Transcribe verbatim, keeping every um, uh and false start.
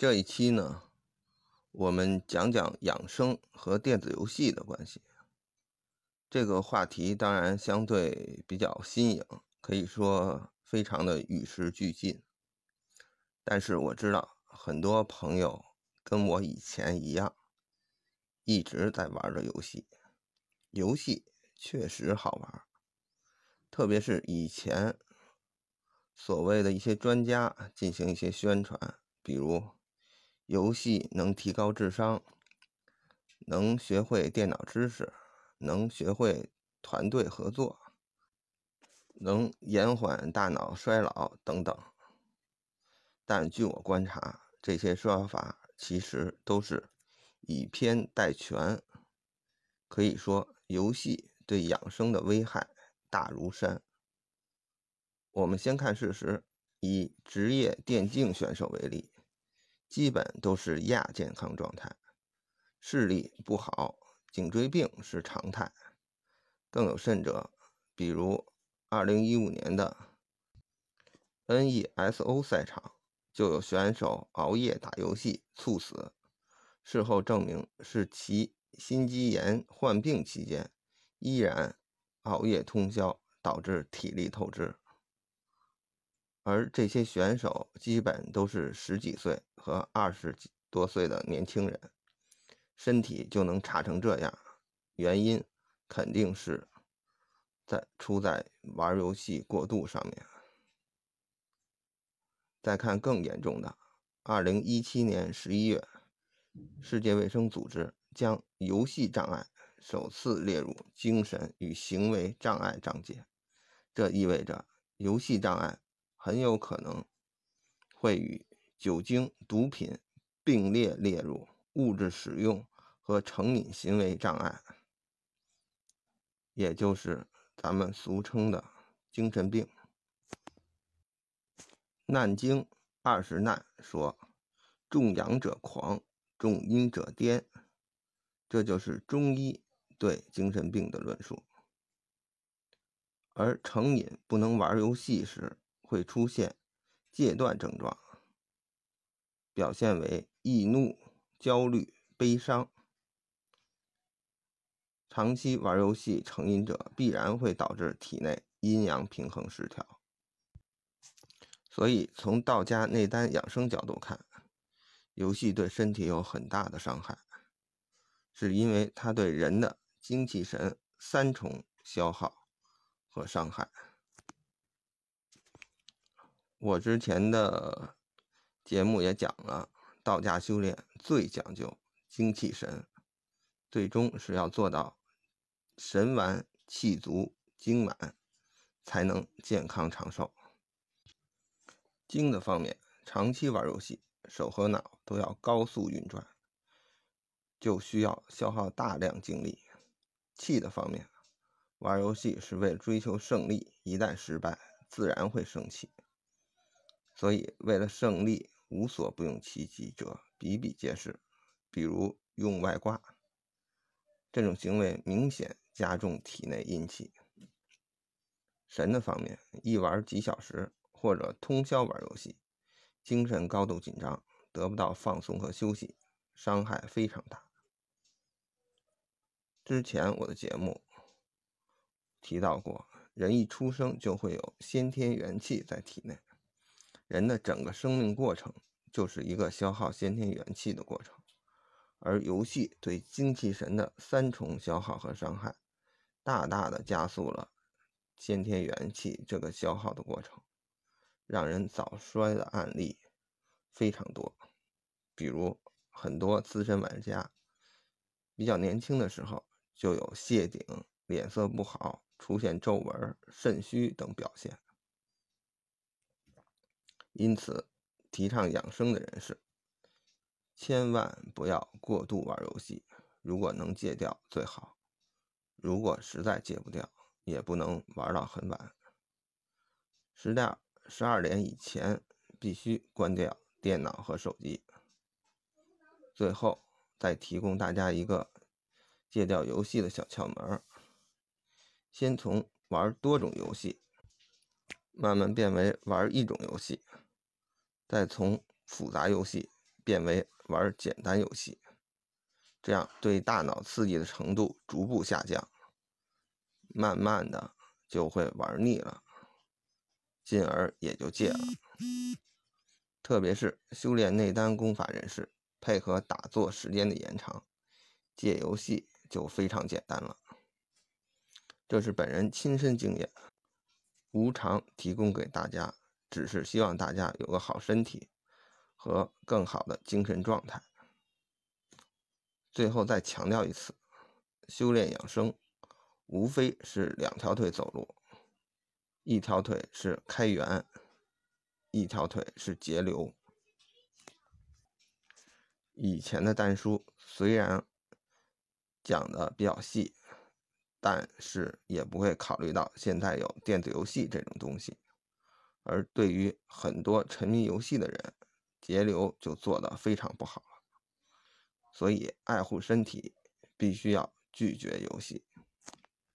这一期呢，我们讲讲养生和电子游戏的关系。这个话题当然相对比较新颖，可以说非常的与时俱进。但是我知道很多朋友跟我以前一样，一直在玩着游戏。游戏确实好玩，特别是以前所谓的一些专家进行一些宣传，比如游戏能提高智商，能学会电脑知识，能学会团队合作，能延缓大脑衰老等等。但据我观察，这些说法其实都是以偏概全。可以说游戏对养生的危害大如山。我们先看事实，以职业电竞选手为例，基本都是亚健康状态，视力不好，颈椎病是常态。更有甚者，比如二零一五年的 N E S O 赛场，就有选手熬夜打游戏猝死，事后证明是其心肌炎患病期间依然熬夜通宵，导致体力透支。而这些选手基本都是十几岁和二十多岁的年轻人，身体就能差成这样，原因肯定是在出在玩游戏过度上面。再看更严重的，二零一七年十一月，世界卫生组织将游戏障碍首次列入精神与行为障碍章节，这意味着游戏障碍很有可能会与酒精、毒品并列列入物质使用和成瘾行为障碍，也就是咱们俗称的精神病。难经二十难说，重阳者狂，重阴者癫，这就是中医对精神病的论述。而成瘾不能玩游戏时，会出现戒断症状，表现为易怒、焦虑、悲伤。长期玩游戏成瘾者必然会导致体内阴阳平衡失调。所以从道家内丹养生角度看，游戏对身体有很大的伤害，是因为它对人的精气神三重消耗和伤害。我之前的节目也讲了，道家修炼最讲究精气神，最终是要做到神完气足精满，才能健康长寿。精的方面，长期玩游戏，手和脑都要高速运转，就需要消耗大量精力。气的方面，玩游戏是为了追求胜利，一旦失败自然会生气，所以为了胜利无所不用其极者比比皆是，比如用外挂，这种行为明显加重体内阴气。神的方面，一玩几小时或者通宵玩游戏，精神高度紧张，得不到放松和休息，伤害非常大。之前我的节目提到过，人一出生就会有先天元气在体内，人的整个生命过程就是一个消耗先天元气的过程，而游戏对精气神的三重消耗和伤害，大大的加速了先天元气这个消耗的过程，让人早衰的案例非常多。比如很多资深玩家比较年轻的时候就有谢顶、脸色不好、出现皱纹、肾虚等表现。因此提倡养生的人士千万不要过度玩游戏，如果能戒掉最好，如果实在戒不掉，也不能玩到很晚。十点十二点以前必须关掉电脑和手机。最后再提供大家一个戒掉游戏的小窍门，先从玩多种游戏慢慢变为玩一种游戏，再从复杂游戏变为玩简单游戏，这样对大脑刺激的程度逐步下降，慢慢的就会玩腻了，进而也就戒了。特别是修炼内丹功法人士，配合打坐时间的延长，戒游戏就非常简单了。这是本人亲身经验，无偿提供给大家，只是希望大家有个好身体和更好的精神状态。最后再强调一次，修炼养生无非是两条腿走路，一条腿是开源，一条腿是节流。以前的丹书虽然讲的比较细，但是也不会考虑到现在有电子游戏这种东西，而对于很多沉迷游戏的人，节流就做得非常不好了。所以爱护身体，必须要拒绝游戏。